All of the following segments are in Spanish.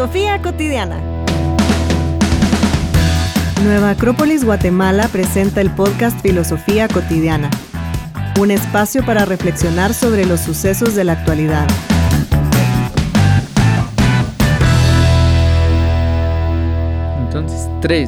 Filosofía cotidiana. Nueva Acrópolis Guatemala presenta el podcast Filosofía cotidiana, un espacio para reflexionar sobre los sucesos de la actualidad. Entonces, 3,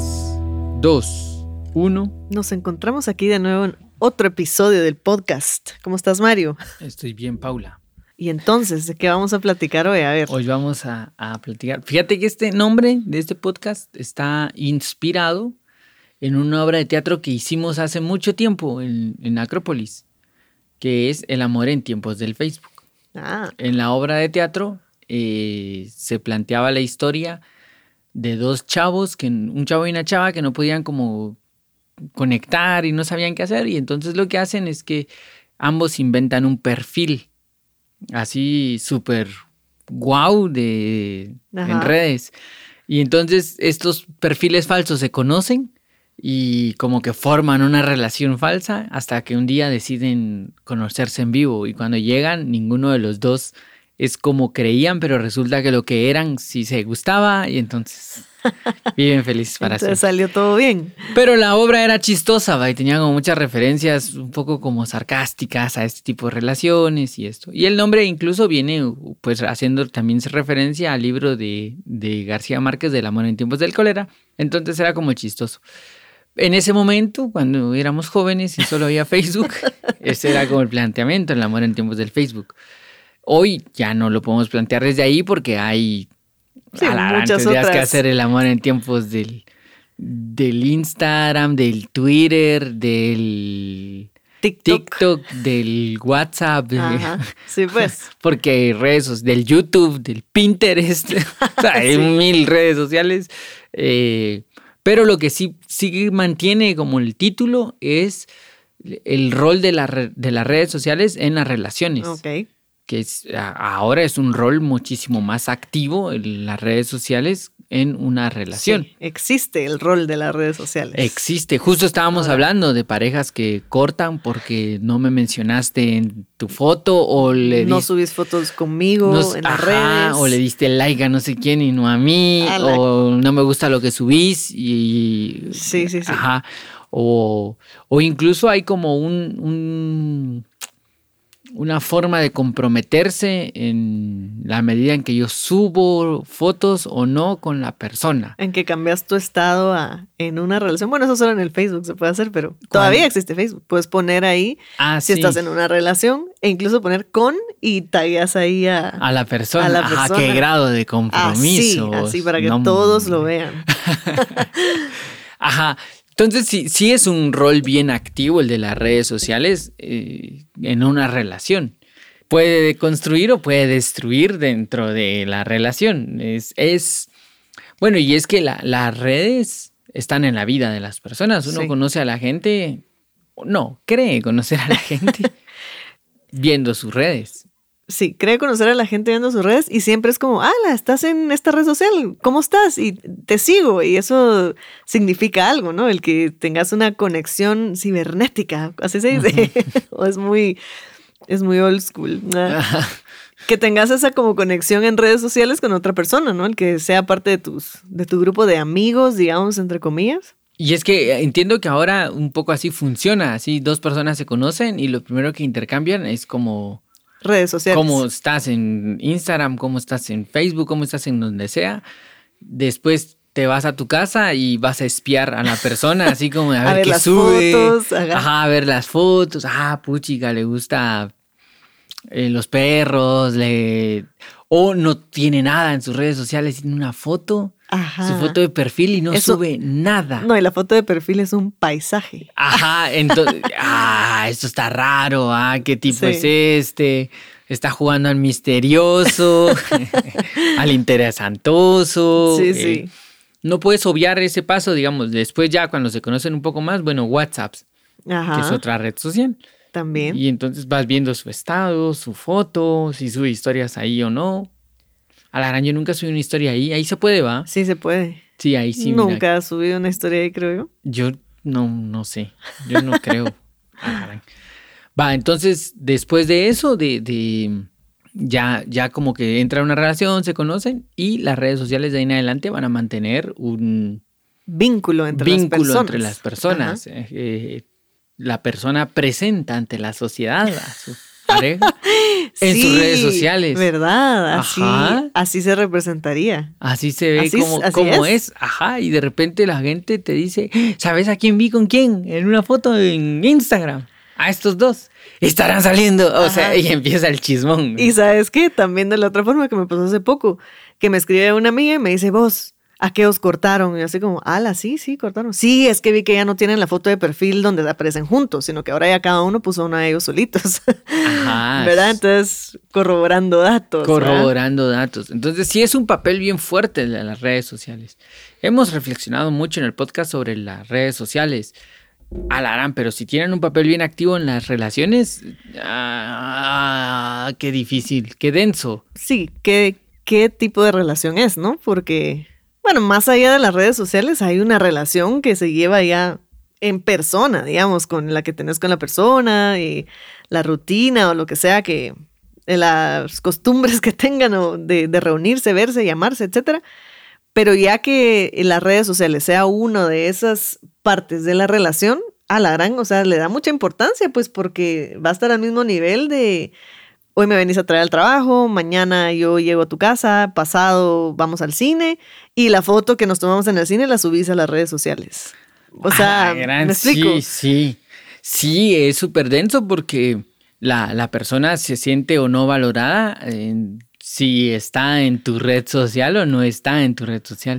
2, 1. Nos encontramos aquí de nuevo en otro episodio del podcast. ¿Cómo estás, Mario? Estoy bien, Paula. Y entonces, ¿de qué vamos a platicar hoy? A ver. Hoy vamos a platicar. Fíjate que este nombre de este podcast está inspirado en una obra de teatro que hicimos hace mucho tiempo en Acrópolis, que es El amor en tiempos del Facebook. En la obra de teatro se planteaba la historia de dos chavos, un chavo y una chava que no podían como conectar y no sabían qué hacer, y entonces lo que hacen es que ambos inventan un perfil así súper guau en redes, y entonces estos perfiles falsos se conocen y como que forman una relación falsa hasta que un día deciden conocerse en vivo, y cuando llegan ninguno de los dos es como creían, pero resulta que lo que eran sí se gustaba, y entonces viven felices para siempre. Entonces salió todo bien. Pero la obra era chistosa, ¿va? Y tenía como muchas referencias un poco como sarcásticas a este tipo de relaciones y esto. Y el nombre incluso viene pues haciendo también referencia al libro de García Márquez del amor en tiempos del cólera. Entonces era como chistoso. En ese momento, cuando éramos jóvenes y solo había Facebook, ese era como el planteamiento, el amor en tiempos del Facebook. Hoy ya no lo podemos plantear desde ahí porque hay muchas otras. Que hacer el amor en tiempos del Instagram, del Twitter, del TikTok, del WhatsApp. Ajá. Sí, pues. Porque hay redes, del YouTube, del Pinterest. O sea, hay 1000 redes sociales. Pero lo que sí mantiene como el título es el rol de las redes sociales en las relaciones. Ok. Que ahora es un rol muchísimo más activo en las redes sociales en una relación. Sí, existe el rol de las redes sociales. Existe. Justo estábamos hablando de parejas que cortan porque no me mencionaste en tu foto o no subís fotos conmigo en las redes. O le diste like a no sé quién y no a mí. O no me gusta lo que subís y... Sí. Ajá. O incluso hay como una forma de comprometerse en la medida en que yo subo fotos o no con la persona. En que cambias tu estado en una relación. Bueno, eso solo en el Facebook se puede hacer, pero todavía existe Facebook. Puedes poner ahí si estás en una relación e incluso poner con y tagueas ahí a la persona. Ajá, qué grado de compromiso. Así para que todos lo vean. Ajá. Entonces, sí es un rol bien activo el de las redes sociales en una relación. Puede construir o puede destruir dentro de la relación. Bueno, y es que las redes están en la vida de las personas. Uno conoce a la gente, cree conocer a la gente viendo sus redes. Sí, cree conocer a la gente viendo sus redes y siempre es como, estás en esta red social, ¿cómo estás? Y te sigo, y eso significa algo, ¿no? El que tengas una conexión cibernética, así se dice, o es muy old school, ¿no? Que tengas esa como conexión en redes sociales con otra persona, ¿no? El que sea parte de tu grupo de amigos, digamos, entre comillas. Y es que entiendo que ahora un poco así funciona, así dos personas se conocen y lo primero que intercambian es como... redes sociales. Cómo estás en Instagram, cómo estás en Facebook, cómo estás en donde sea. Después te vas a tu casa y vas a espiar a la persona, así como a ver qué las sube. Fotos, a ver las fotos. Puchica, le gusta los perros. O no tiene nada en sus redes sociales, tiene una foto. Ajá. Su foto de perfil y no sube nada. No, y la foto de perfil es un paisaje. Entonces, esto está raro, ¿qué tipo es este? Está jugando al misterioso, al interesantoso. Sí. No puedes obviar ese paso, digamos, después ya cuando se conocen un poco más, WhatsApp, que es otra red social. También. Y entonces vas viendo su estado, su foto, si sube historias ahí o no. A la gran, yo nunca subí una historia ahí. Ahí se puede, ¿va? Sí, se puede. Sí, ahí sí. Nunca has subido una historia ahí, creo yo. Yo no sé. Yo no creo. Va, entonces, después de eso, de ya como que entra una relación, se conocen y las redes sociales de ahí en adelante van a mantener un vínculo entre las personas. La persona presenta ante la sociedad a su pareja en sus redes sociales. ¿Verdad? Así se representaría. Así se ve como es. Ajá, y de repente la gente te dice, ¿sabes a quién vi con quién? En una foto en Instagram. A estos dos. Estarán saliendo. O sea, y empieza el chismón, ¿no? Y ¿sabes qué? También de la otra forma que me pasó hace poco, que me escribe una amiga y me dice, vos, ¿a qué os cortaron? Y yo así como, sí, cortaron. Sí, es que vi que ya no tienen la foto de perfil donde aparecen juntos, sino que ahora ya cada uno puso una de ellos solitos. Ajá. ¿Verdad? Entonces, corroborando datos. Entonces, sí es un papel bien fuerte de las redes sociales. Hemos reflexionado mucho en el podcast sobre las redes sociales. Alarán, pero si tienen un papel bien activo en las relaciones, qué difícil, qué denso. Sí, qué tipo de relación es, ¿no? Porque, bueno, más allá de las redes sociales hay una relación que se lleva ya en persona, digamos, con la que tenés con la persona y la rutina o lo que sea que las costumbres que tengan o de reunirse, verse, llamarse, etcétera. Pero ya que las redes sociales sea una de esas partes de la relación, o sea, le da mucha importancia, pues porque va a estar al mismo nivel de hoy me venís a traer al trabajo, mañana yo llego a tu casa, pasado vamos al cine y la foto que nos tomamos en el cine la subís a las redes sociales. O sea, ¿me explico? Sí, es súper denso porque la persona se siente o no valorada si está en tu red social o no está en tu red social.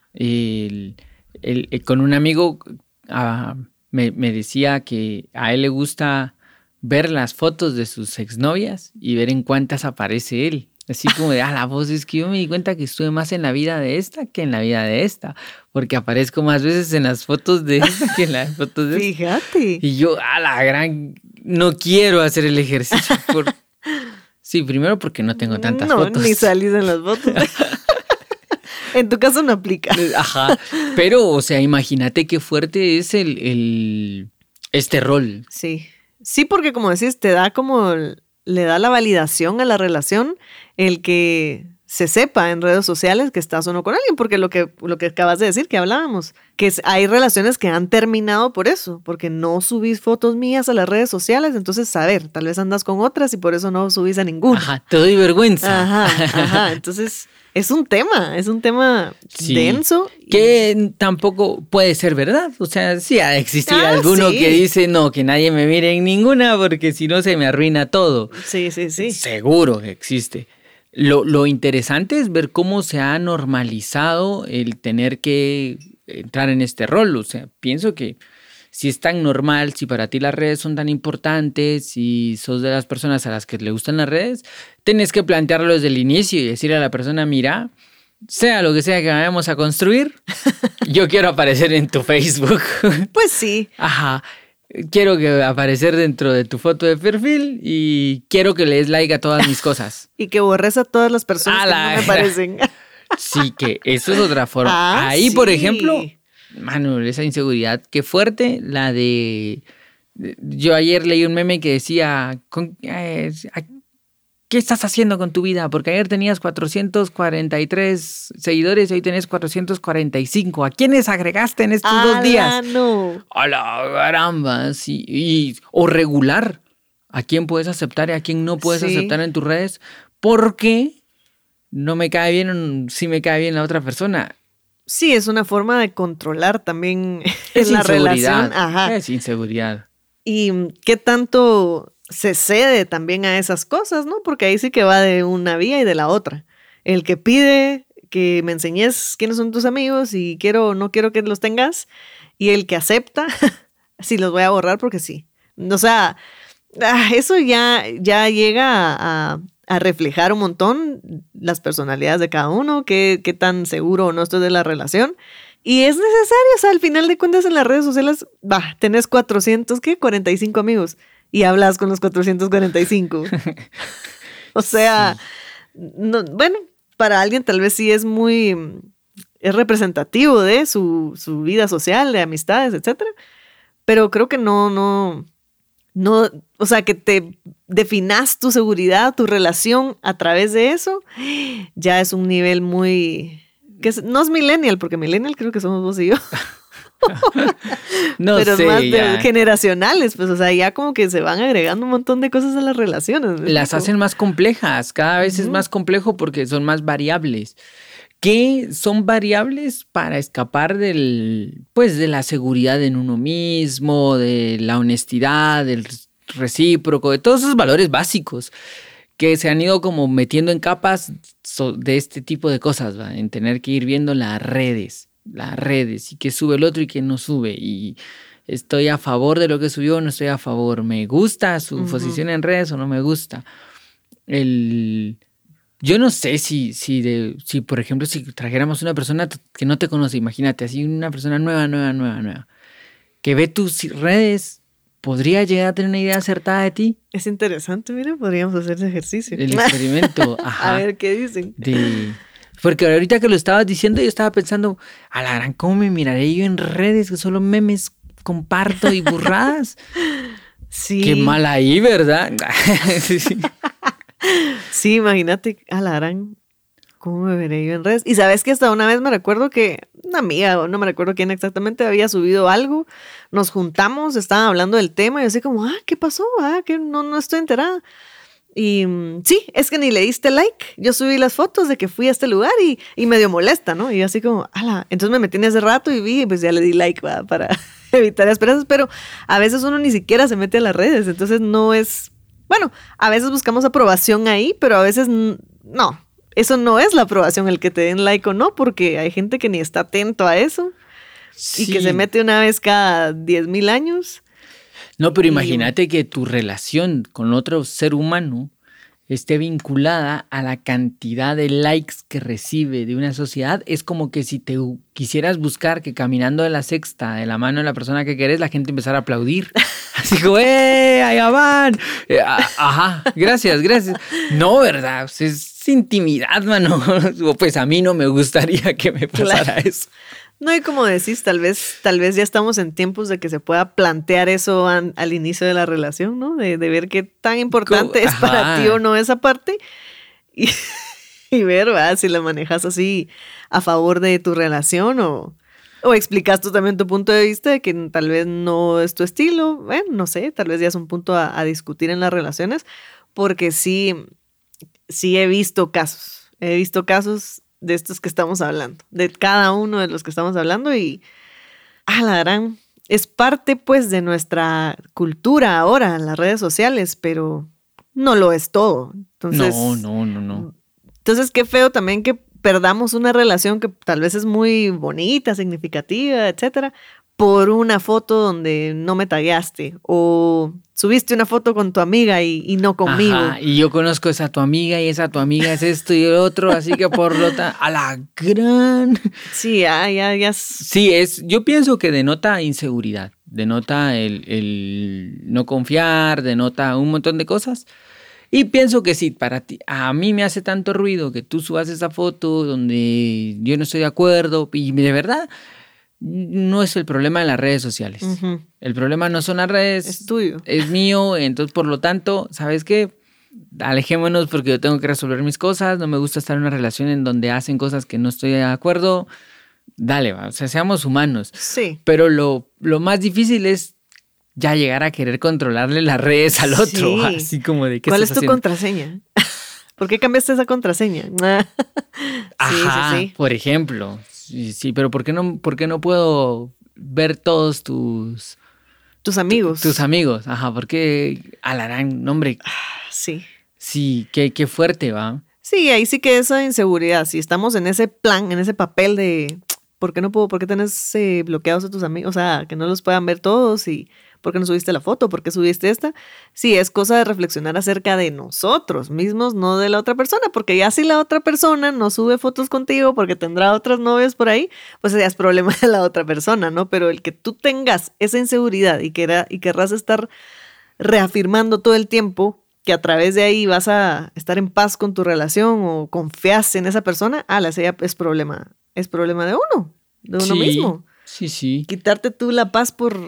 Con un amigo me decía que a él le gusta ver las fotos de sus exnovias y ver en cuántas aparece él. Así como de, la voz es que yo me di cuenta que estuve más en la vida de esta que en la vida de esta, porque aparezco más veces en las fotos de esta que en las fotos de esta. Fíjate. Y yo, no quiero hacer el ejercicio. Sí, primero porque no tengo tantas fotos. No, ni salís en las fotos. En tu caso no aplica. Ajá, pero, o sea, imagínate qué fuerte es este rol. Sí, porque como decís, le da la validación a la relación el que se sepa en redes sociales que estás o no con alguien, porque lo que acabas de decir, que hablábamos, que hay relaciones que han terminado por eso, porque no subís fotos mías a las redes sociales, entonces, tal vez andas con otras y por eso no subís a ninguna. Ajá, te doy vergüenza. Ajá, entonces es un tema denso. Que tampoco puede ser verdad, o sea, sí ha de existir alguno que dice, no, que nadie me mire en ninguna porque si no se me arruina todo. Sí. Seguro que existe. Lo interesante es ver cómo se ha normalizado el tener que entrar en este rol. O sea, pienso que si es tan normal, si para ti las redes son tan importantes, si sos de las personas a las que le gustan las redes, tenés que plantearlo desde el inicio y decirle a la persona, mira, sea lo que sea que vayamos a construir, yo quiero aparecer en tu Facebook. Pues sí. Ajá. Quiero aparecer dentro de tu foto de perfil y quiero que le des like a todas mis cosas. Y que borres a todas las personas que no me parecen. Sí, que eso es otra forma. Ahí, por ejemplo, mano, esa inseguridad, qué fuerte, la de... Yo ayer leí un meme que decía, ¿qué estás haciendo con tu vida? Porque ayer tenías 443 seguidores y hoy tenés 445. ¿A quiénes agregaste en estos 2 días? No. A la caramba, sí. O regular. ¿A quién puedes aceptar y a quién no puedes aceptar en tus redes? Porque no me cae bien o sí me cae bien la otra persona. Sí, es una forma de controlar también la relación. Ajá. Es inseguridad. ¿Y qué tanto se cede también a esas cosas, no? Porque ahí sí que va de una vía y de la otra. El que pide que me enseñes quiénes son tus amigos y quiero o no quiero que los tengas, y el que acepta, sí los voy a borrar porque sí. O sea, eso ya llega a reflejar un montón las personalidades de cada uno, qué tan seguro o no estoy de la relación. Y es necesario, o sea, al final de cuentas en las redes sociales, tenés 45 amigos. Y hablas con los 445. O sea, no, bueno, para alguien tal vez sí es representativo de su vida social, de amistades, etcétera. Pero creo que no no, o sea, que te definas tu seguridad, tu relación a través de eso, ya es un nivel muy... no es millennial, porque millennial creo que somos vos y yo. No pero sé, es más ya. generacionales, pues, o sea, ya como que se van agregando un montón de cosas a las relaciones. Las hacen más complejas, cada vez es más complejo porque son más variables. Que son variables para escapar pues, de la seguridad en uno mismo, de la honestidad, del recíproco, de todos esos valores básicos que se han ido como metiendo en capas de este tipo de cosas, ¿va? En tener que ir viendo las redes y qué sube el otro y qué no sube, y estoy a favor de lo que subió o no estoy a favor, me gusta su posición en redes o no me gusta. Yo no sé si por ejemplo, si trajéramos una persona que no te conoce, imagínate, así una persona nueva, que ve tus redes, ¿podría llegar a tener una idea acertada de ti? Es interesante, mira, podríamos hacer ese ejercicio. El experimento, ajá. A ver qué dicen. Porque ahorita que lo estabas diciendo, yo estaba pensando, a la gran, ¿cómo me miraré yo en redes que solo memes comparto y burradas? Sí. Qué mal ahí, ¿verdad? Sí, imagínate, a la gran, ¿cómo me veré yo en redes? Y sabes que hasta una vez me recuerdo que una amiga, o no me recuerdo quién exactamente, había subido algo, nos juntamos, estaban hablando del tema, y yo así como, ¿qué pasó? Que no estoy enterada. Y sí, es que ni le diste like. Yo subí las fotos de que fui a este lugar y medio molesta, ¿no? Y yo así como, ala. Entonces me metí en ese rato y vi, y pues ya le di like, ¿va? Para evitar esperanzas, pero a veces uno ni siquiera se mete a las redes, entonces no es... Bueno, a veces buscamos aprobación ahí, pero a veces no. Eso no es la aprobación, el que te den like o no, porque hay gente que ni está atento a eso. Sí. Y que se mete una vez cada 10,000 años. No, pero imagínate que tu relación con otro ser humano esté vinculada a la cantidad de likes que recibe de una sociedad. Es como que si te quisieras buscar que caminando de la sexta de la mano de la persona que querés, la gente empezara a aplaudir. Así como, allá van. Ajá, gracias. No, ¿verdad? Es intimidad, mano. Pues a mí no me gustaría que me pasara eso. No, y como decís, tal vez ya estamos en tiempos de que se pueda plantear eso al inicio de la relación, ¿no? De ver qué tan importante es para ti o no esa parte y ver, ¿verdad? Si la manejas así a favor de tu relación o explicas tú también tu punto de vista de que tal vez no es tu estilo. Bueno, no sé, tal vez ya es un punto a discutir en las relaciones, porque sí he visto casos de estos que estamos hablando, de cada uno de los que estamos hablando y la gran, es parte pues de nuestra cultura ahora en las redes sociales, pero no lo es todo. Entonces, no. Entonces qué feo también que perdamos una relación que tal vez es muy bonita, significativa, etcétera, por una foto donde no me tagueaste o subiste una foto con tu amiga y no conmigo. Ajá, y yo conozco esa tu amiga y esa tu amiga es esto y el otro, así que por lo tanto, a la gran... Sí, ya. Sí, yo pienso que denota inseguridad, denota el no confiar, denota un montón de cosas. Y pienso que sí, para ti, a mí me hace tanto ruido que tú subas esa foto donde yo no estoy de acuerdo y de verdad... No es el problema de las redes sociales. Uh-huh. El problema no son las redes. Es tuyo. Es mío. Entonces, por lo tanto, ¿sabes qué? Alejémonos porque yo tengo que resolver mis cosas. No me gusta estar en una relación en donde hacen cosas que no estoy de acuerdo. Dale, va. O sea, seamos humanos. Sí. Pero lo más difícil es ya llegar a querer controlarle las redes al otro. Sí. Así como de, ¿qué ¿cuál estás es tu haciendo? contraseña? ¿Por qué cambiaste esa contraseña? Ajá, sí. Por ejemplo. Sí, pero ¿por qué no puedo ver todos tus amigos? Tus amigos, ajá, porque alarán, nombre. Sí. Sí, qué fuerte, ¿va? Sí, ahí sí que esa inseguridad, si estamos en ese plan, en ese papel de ¿por qué tenés bloqueados a tus amigos? O sea, que no los puedan ver todos y ¿por qué no subiste la foto? ¿Por qué subiste esta? Sí, es cosa de reflexionar acerca de nosotros mismos, no de la otra persona, porque ya si la otra persona no sube fotos contigo porque tendrá otras novias por ahí, pues ya es problema de la otra persona, ¿no? Pero el que tú tengas esa inseguridad y querrás estar reafirmando todo el tiempo que a través de ahí vas a estar en paz con tu relación o confías en esa persona, ese ya es problema de uno sí, mismo. Sí. Quitarte tú la paz por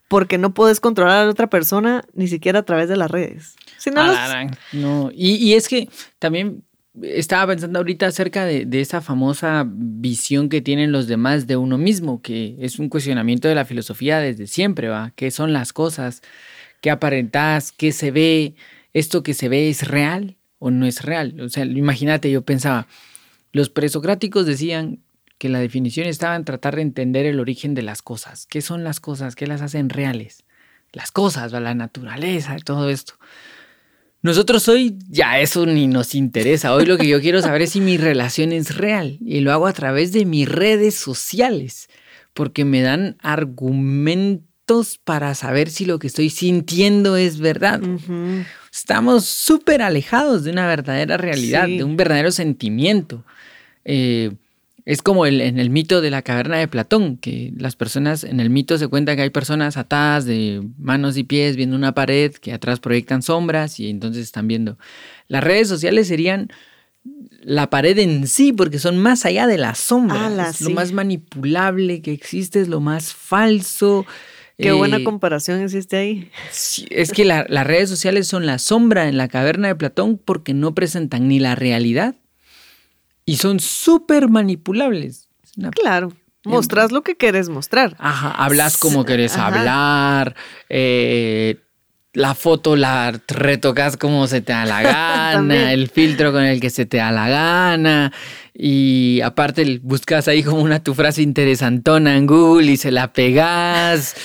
porque no puedes controlar a la otra persona ni siquiera a través de las redes. Si no No, y es que también estaba pensando ahorita acerca de esa famosa visión que tienen los demás de uno mismo, que es un cuestionamiento de la filosofía desde siempre, ¿va? ¿Qué son las cosas? ¿Qué aparentas? ¿Qué se ve? ¿Esto que se ve es real o no es real? O sea, imagínate, yo pensaba, los presocráticos decían que la definición estaba en tratar de entender el origen de las cosas. ¿Qué son las cosas? ¿Qué las hacen reales? Las cosas, ¿va? La naturaleza, todo esto. Nosotros hoy ya eso ni nos interesa. Hoy lo que yo quiero saber es si mi relación es real y lo hago a través de mis redes sociales porque me dan argumentos para saber si lo que estoy sintiendo es verdad. Uh-huh. Estamos súper alejados de una verdadera realidad, de un verdadero sentimiento. Es como en el mito de la caverna de Platón, que las personas, en el mito se cuenta que hay personas atadas de manos y pies viendo una pared que atrás proyectan sombras y entonces están viendo. Las redes sociales serían la pared en sí, porque son más allá de las sombras. Lo más manipulable que existe, es lo más falso. Qué buena comparación hiciste ahí. Sí, es que las redes sociales son la sombra en la caverna de Platón porque no presentan ni la realidad y son súper manipulables. Claro, mostrás lo que querés mostrar. Ajá, hablas como querés hablar, la foto la retocas como se te da la gana, el filtro con el que se te da la gana. Y aparte buscas ahí como tu frase interesantona en Google y se la pegás.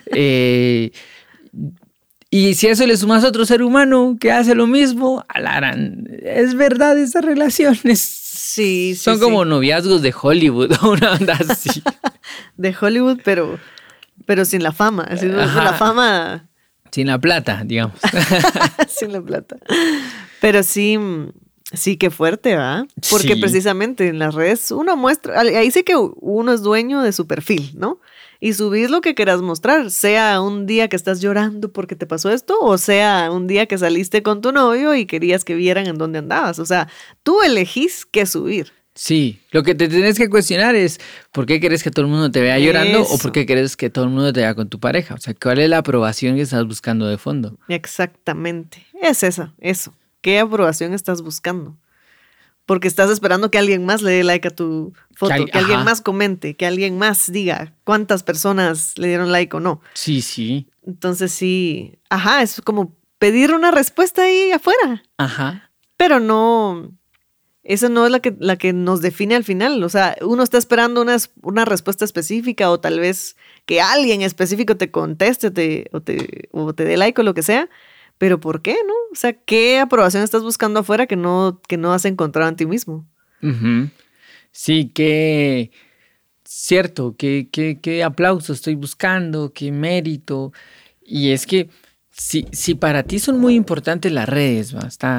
Y si a eso le sumas a otro ser humano que hace lo mismo, alarán. Es verdad, esas relaciones son como noviazgos de Hollywood, una onda así. De Hollywood, pero sin la fama. Sin la fama. Sin la plata, digamos. Sin la plata. Pero sí, qué fuerte, ¿va? Porque precisamente en las redes uno muestra, ahí sí que uno es dueño de su perfil, ¿no? Y subís lo que quieras mostrar, sea un día que estás llorando porque te pasó esto, o sea un día que saliste con tu novio y querías que vieran en dónde andabas. O sea, tú elegís qué subir. Sí, lo que te tienes que cuestionar es ¿por qué querés que todo el mundo te vea llorando o por qué querés que todo el mundo te vea con tu pareja? O sea, ¿cuál es la aprobación que estás buscando de fondo? Exactamente, es eso. ¿Qué aprobación estás buscando? Porque estás esperando que alguien más le dé like a tu foto, que alguien más comente, que alguien más diga cuántas personas le dieron like o no. Sí. Entonces sí, es como pedir una respuesta ahí afuera. Ajá. Pero no, esa no es la que nos define al final. O sea, uno está esperando una respuesta específica o tal vez que alguien específico te conteste o te dé like o lo que sea. Pero ¿por qué, no? O sea, ¿qué aprobación estás buscando afuera que no has encontrado en ti mismo? Uh-huh. Sí, cierto, qué aplauso estoy buscando, qué mérito. Y es que si para ti son muy importantes las redes,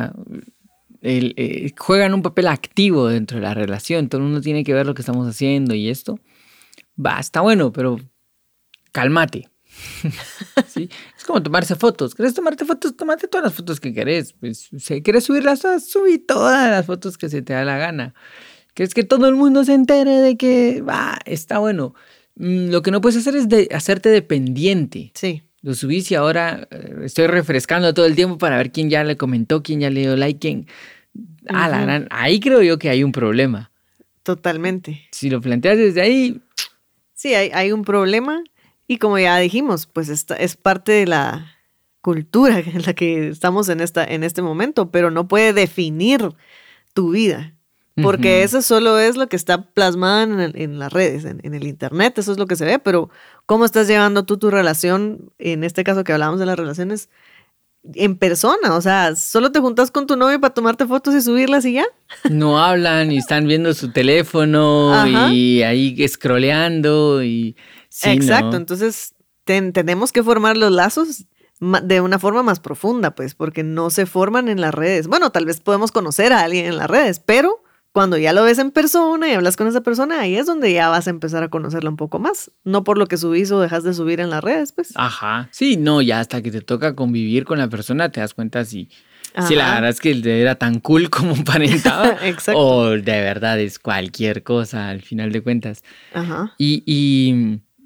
juegan un papel activo dentro de la relación, todo el mundo tiene que ver lo que estamos haciendo y esto, está bueno, pero cálmate. ¿Sí? Es como tomarse fotos. ¿Querés tomarte fotos? Tómate todas las fotos que querés. Pues, si quieres subirlas todas, subí todas las fotos que se te da la gana. ¿Quieres que todo el mundo se entere de que está bueno? Lo que no puedes hacer es hacerte dependiente. Sí. Lo subís y ahora estoy refrescando todo el tiempo para ver quién ya le comentó, quién ya le dio like, quién. Ahí creo yo que hay un problema. Totalmente. Si lo planteas desde ahí. Sí, hay un problema. Y como ya dijimos, pues es parte de la cultura en la que estamos en este momento, pero no puede definir tu vida, porque eso solo es lo que está plasmado en las redes, en el internet, eso es lo que se ve, pero ¿cómo estás llevando tú tu relación, en este caso que hablábamos de las relaciones, en persona? O sea, ¿solo te juntas con tu novio para tomarte fotos y subirlas y ya? No hablan y están viendo su teléfono y ahí scrolleando y... Sí, exacto, ¿no? Entonces tenemos que formar los lazos de una forma más profunda, pues, porque no se forman en las redes. Bueno, tal vez podemos conocer a alguien en las redes, pero cuando ya lo ves en persona y hablas con esa persona, ahí es donde ya vas a empezar a conocerla un poco más. No por lo que subís o dejas de subir en las redes, pues. Ajá, sí, no, ya hasta que te toca convivir con la persona te das cuenta si la verdad es que era tan cool como aparentaba o de verdad es cualquier cosa al final de cuentas. Ajá. Y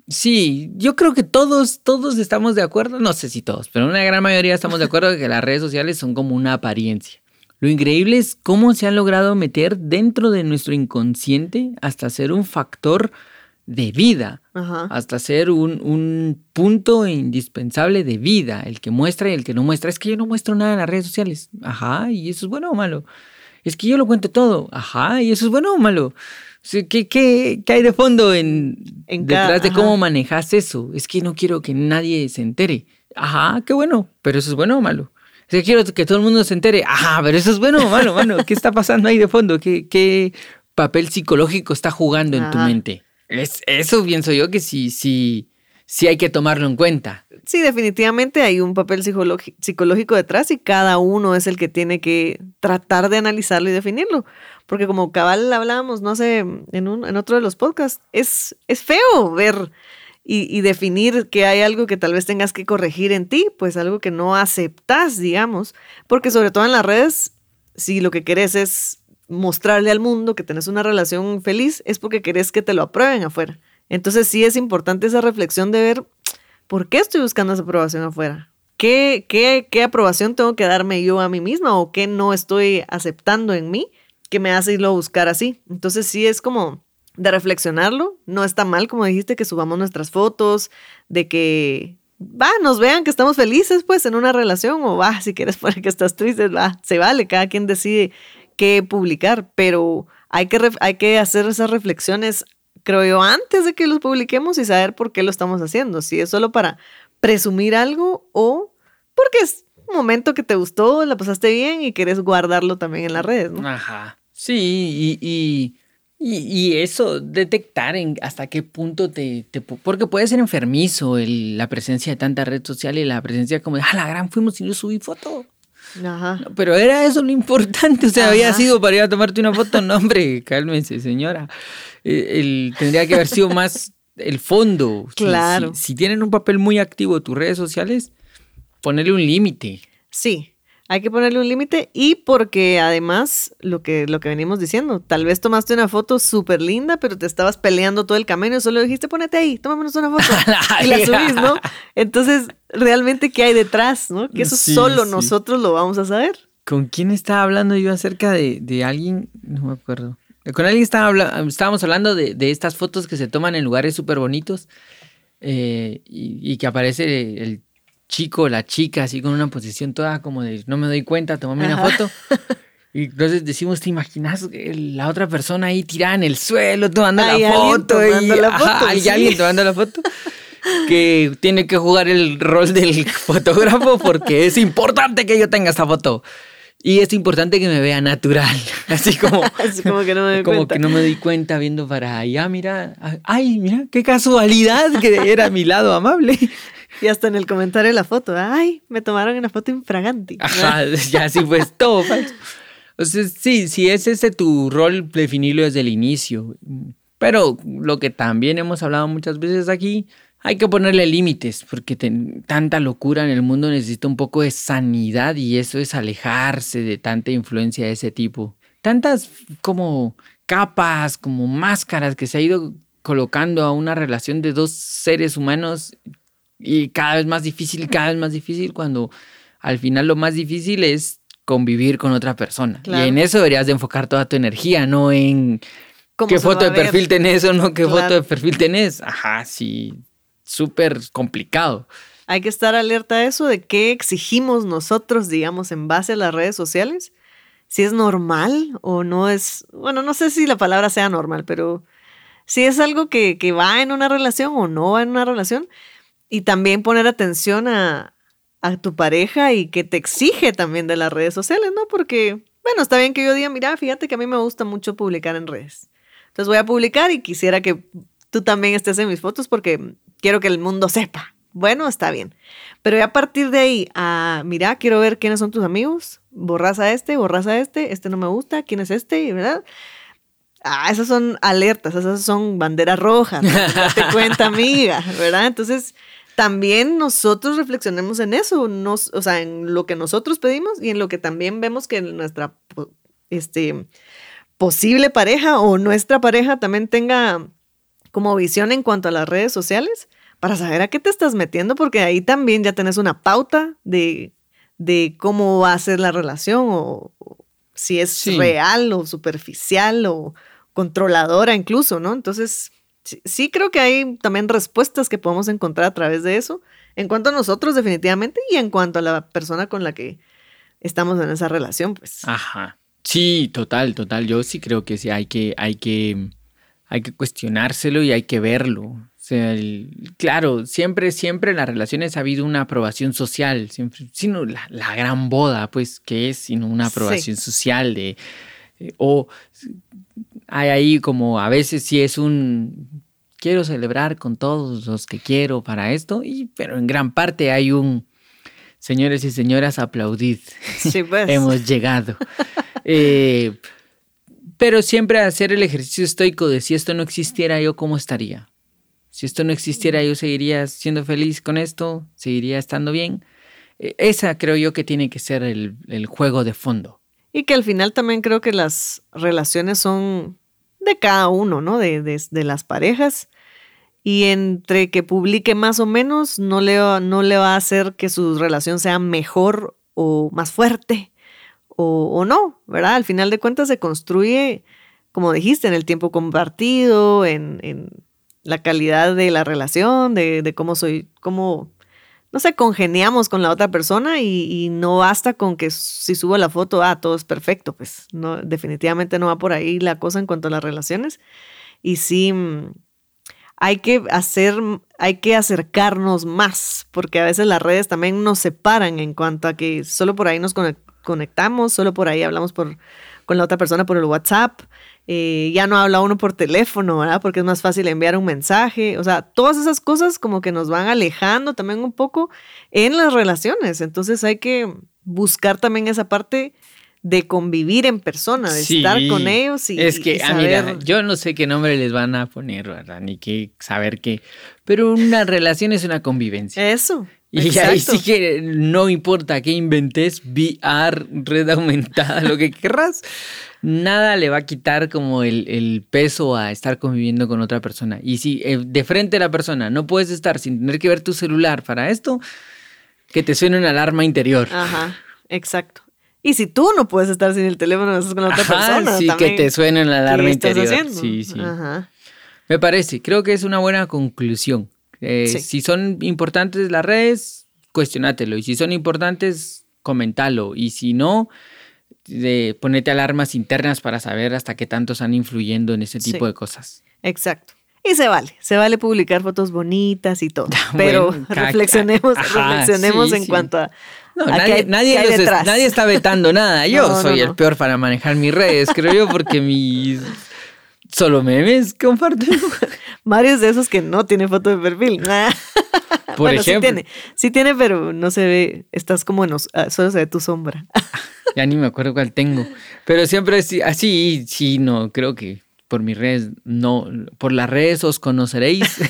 Sí, yo creo que todos estamos de acuerdo, no sé si todos, pero una gran mayoría estamos de acuerdo de que las redes sociales son como una apariencia. Lo increíble es cómo se han logrado meter dentro de nuestro inconsciente hasta ser un factor de vida, hasta ser un punto indispensable de vida, el que muestra y el que no muestra. Es que yo no muestro nada en las redes sociales, ajá, y eso es bueno o malo. Es que yo lo cuento todo, ajá, y eso es bueno o malo. ¿Qué hay de fondo detrás de cómo manejas eso? Es que no quiero que nadie se entere. Ajá, qué bueno, pero eso es bueno o malo. Es que quiero que todo el mundo se entere. Ajá, pero eso es bueno o malo, mano. ¿Qué está pasando ahí de fondo? ¿Qué papel psicológico está jugando en tu mente? Eso pienso yo que sí hay que tomarlo en cuenta. Sí, definitivamente hay un papel psicológico detrás y cada uno es el que tiene que tratar de analizarlo y definirlo. Porque como cabal hablábamos, no sé, en otro de los podcasts, es feo ver y definir que hay algo que tal vez tengas que corregir en ti, pues algo que no aceptas, digamos. Porque sobre todo en las redes, si lo que querés es mostrarle al mundo que tenés una relación feliz, es porque querés que te lo aprueben afuera. Entonces sí es importante esa reflexión de ver por qué estoy buscando esa aprobación afuera. ¿Qué aprobación tengo que darme yo a mí misma o qué no estoy aceptando en mí que me hace irlo a buscar así? Entonces sí es como de reflexionarlo. No está mal, como dijiste, que subamos nuestras fotos, de que nos vean que estamos felices pues en una relación o si quieres poner que estás triste, se vale, cada quien decide qué publicar, pero hay que hacer esas reflexiones, creo yo, antes de que los publiquemos y saber por qué lo estamos haciendo. Si es solo para presumir algo o porque es un momento que te gustó, la pasaste bien y querés guardarlo también en las redes, ¿no? Ajá. Sí, y eso, detectar hasta qué punto porque puede ser enfermizo la presencia de tanta red social y la presencia como de, la gran fuimos y yo subí foto. Ajá. No, pero era eso lo importante, o sea, había sido para ir a tomarte una foto. No, hombre, cálmense, señora. Tendría que haber sido más el fondo. Claro. Si tienen un papel muy activo tus redes sociales, ponerle un límite. Sí, hay que ponerle un límite y porque además, lo que venimos diciendo, tal vez tomaste una foto súper linda, pero te estabas peleando todo el camino y solo dijiste, ponete ahí, tómanos una foto y la subís, ¿no? Entonces, realmente, ¿qué hay detrás, no? Que eso solo nosotros lo vamos a saber. ¿Con quién estaba hablando yo acerca de alguien? No me acuerdo. Con alguien estábamos hablando de estas fotos que se toman en lugares súper bonitos y que aparece el chico, la chica, así con una posición toda como de no me doy cuenta, tómame una foto. Y entonces decimos, ¿te imaginas la otra persona ahí tirada en el suelo tomando la foto? Alguien tomando la foto. Que tiene que jugar el rol del fotógrafo porque es importante que yo tenga esta foto. Y es importante que me vea natural. Así como que no me doy cuenta. Que no me doy cuenta viendo para allá, mira. Ay, mira, qué casualidad que era mi lado amable. Y hasta en el comentario de la foto, me tomaron una foto infragante. Ajá, ya así pues todo falso. Entonces, sí, si es ese tu rol, definirlo desde el inicio. Pero lo que también hemos hablado muchas veces aquí, hay que ponerle límites, porque tanta locura en el mundo necesita un poco de sanidad y eso es alejarse de tanta influencia de ese tipo. Tantas como capas, como máscaras que se ha ido colocando a una relación de dos seres humanos y cada vez más difícil, cuando al final lo más difícil es convivir con otra persona. Claro. Y en eso deberías de enfocar toda tu energía, no en qué foto de perfil tenés o no qué foto de perfil tenés. Ajá, sí, súper complicado. Hay que estar alerta a eso de qué exigimos nosotros, digamos, en base a las redes sociales. Si es normal o no es, bueno, no sé si la palabra sea normal, pero si es algo que va en una relación o no va en una relación. Y también poner atención a tu pareja y que te exige también de las redes sociales, ¿no? Porque, bueno, está bien que yo diga, mira, fíjate que a mí me gusta mucho publicar en redes. Entonces voy a publicar y quisiera que tú también estés en mis fotos porque quiero que el mundo sepa. Bueno, está bien. Pero ya a partir de ahí, mira, quiero ver quiénes son tus amigos. Borras a este no me gusta, ¿quién es este? ¿Verdad? Esas son alertas, esas son banderas rojas. Date cuenta, amiga, ¿verdad? Entonces, también nosotros reflexionemos en eso, o sea, en lo que nosotros pedimos y en lo que también vemos que nuestra posible pareja o nuestra pareja también tenga como visión en cuanto a las redes sociales para saber a qué te estás metiendo, porque ahí también ya tenés una pauta de cómo va a ser la relación o si es real o superficial o controladora incluso, ¿no? Entonces, sí creo que hay también respuestas que podemos encontrar a través de eso, en cuanto a nosotros definitivamente y en cuanto a la persona con la que estamos en esa relación, pues. Ajá. Sí, total. Yo sí creo que sí hay que cuestionárselo y hay que verlo. O sea, claro, siempre en las relaciones ha habido una aprobación social, siempre, sino la gran boda, pues, que es sino una aprobación social o hay ahí como a veces sí es quiero celebrar con todos los que quiero para esto, pero en gran parte hay señores y señoras, aplaudid. Sí, pues. Hemos llegado. Pero siempre hacer el ejercicio estoico de si esto no existiera, ¿yo cómo estaría? Si esto no existiera, ¿yo seguiría siendo feliz con esto? ¿Seguiría estando bien? Esa creo yo que tiene que ser el juego de fondo. Y que al final también creo que las relaciones son de cada uno, ¿no? De las parejas. Y entre que publique más o menos, no le va a hacer que su relación sea mejor o más fuerte o no, ¿verdad? Al final de cuentas se construye, como dijiste, en el tiempo compartido, en la calidad de la relación, de cómo, no sé, congeniamos con la otra persona y no basta con que si subo la foto, todo es perfecto, pues no, definitivamente no va por ahí la cosa en cuanto a las relaciones. Y sí, hay que acercarnos más, porque a veces las redes también nos separan en cuanto a que solo por ahí nos conectamos, solo por ahí hablamos con la otra persona por el WhatsApp, ya no habla uno por teléfono, ¿verdad? Porque es más fácil enviar un mensaje, o sea, todas esas cosas como que nos van alejando también un poco en las relaciones, entonces hay que buscar también esa parte de convivir en persona, de estar con ellos y es que, y saber... mira, yo no sé qué nombre les van a poner, ¿verdad? Ni qué saber qué, pero una relación es una convivencia. Eso. Y exacto. ahí sí que no importa qué inventes, VR, red aumentada, lo que querrás, nada le va a quitar como el peso a estar conviviendo con otra persona. Y si de frente a la persona no puedes estar sin tener que ver tu celular para esto, que te suene una alarma interior. Ajá, exacto. Y si tú no puedes estar sin el teléfono, estás con la otra persona. Sí, también, que te suene una alarma interior. Haciendo? Sí. Ajá. Me parece, creo que es una buena conclusión. Sí. Si son importantes las redes, cuestionátelo. Y si son importantes, comentalo. Y si no, ponete alarmas internas para saber hasta qué tanto están influyendo en ese tipo de cosas. Exacto. Y se vale publicar fotos bonitas y todo. Pero bueno, reflexionemos en cuanto a... No, nadie está vetando nada. Yo soy el peor para manejar mis redes, creo yo, porque mis solo memes comparten. Mario es de esos que no tiene foto de perfil. Por ejemplo. Sí tiene, pero no se ve. Estás como solo se ve tu sombra. Ya ni me acuerdo cuál tengo. Pero siempre así, sí, no, creo que por mis redes, no, por las redes os conoceréis.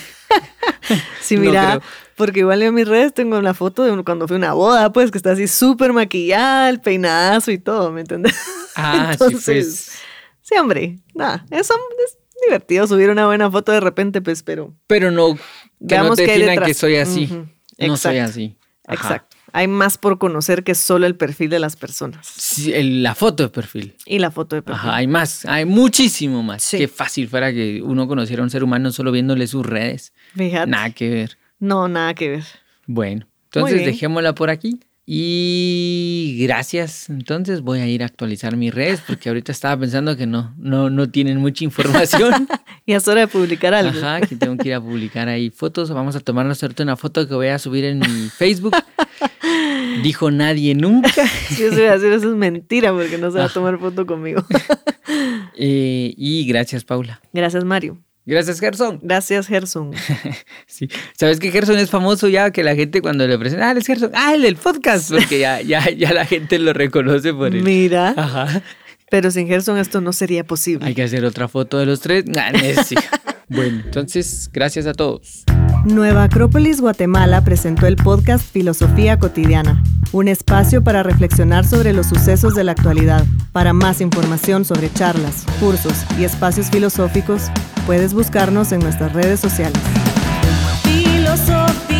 Sí, mira, no, porque igual yo en mis redes tengo una foto de cuando fui a una boda, pues, que está así súper maquillada, el peinadazo y todo, ¿me entiendes? Entonces, sí, pues. Sí, hombre, nada, eso es divertido subir una buena foto de repente, pues, pero... Pero no, que no te definan que soy así. No soy así. Ajá. Exacto. Hay más por conocer que solo el perfil de las personas. Sí, la foto de perfil. Y la foto de perfil. Ajá, hay más, hay muchísimo más. Sí. Qué fácil fuera que uno conociera a un ser humano solo viéndole sus redes. Fíjate. Nada que ver. No, nada que ver. Bueno, entonces dejémosla por aquí. Y gracias. Entonces voy a ir a actualizar mis redes porque ahorita estaba pensando que no tienen mucha información. Y es hora de publicar algo. Ajá, que tengo que ir a publicar ahí fotos. Vamos a tomarnos ahorita una foto que voy a subir en mi Facebook. Dijo nadie nunca. Sí, eso iba a decir, eso es mentira porque no se va a tomar foto conmigo. Y gracias, Paula. Gracias, Mario. Gracias, Gerson. Gracias, Gerson. Sí. ¿Sabes que Gerson es famoso ya? Que la gente cuando le presenta, él es Gerson, el del podcast, porque ya la gente lo reconoce por él. Mira. Ajá. Pero sin Gerson esto no sería posible. Hay que hacer otra foto de los tres. Sí. Bueno, entonces, gracias a todos. Nueva Acrópolis Guatemala presentó el podcast Filosofía Cotidiana, un espacio para reflexionar sobre los sucesos de la actualidad. Para más información sobre charlas, cursos y espacios filosóficos, Puedes buscarnos en nuestras redes sociales. Filosofía.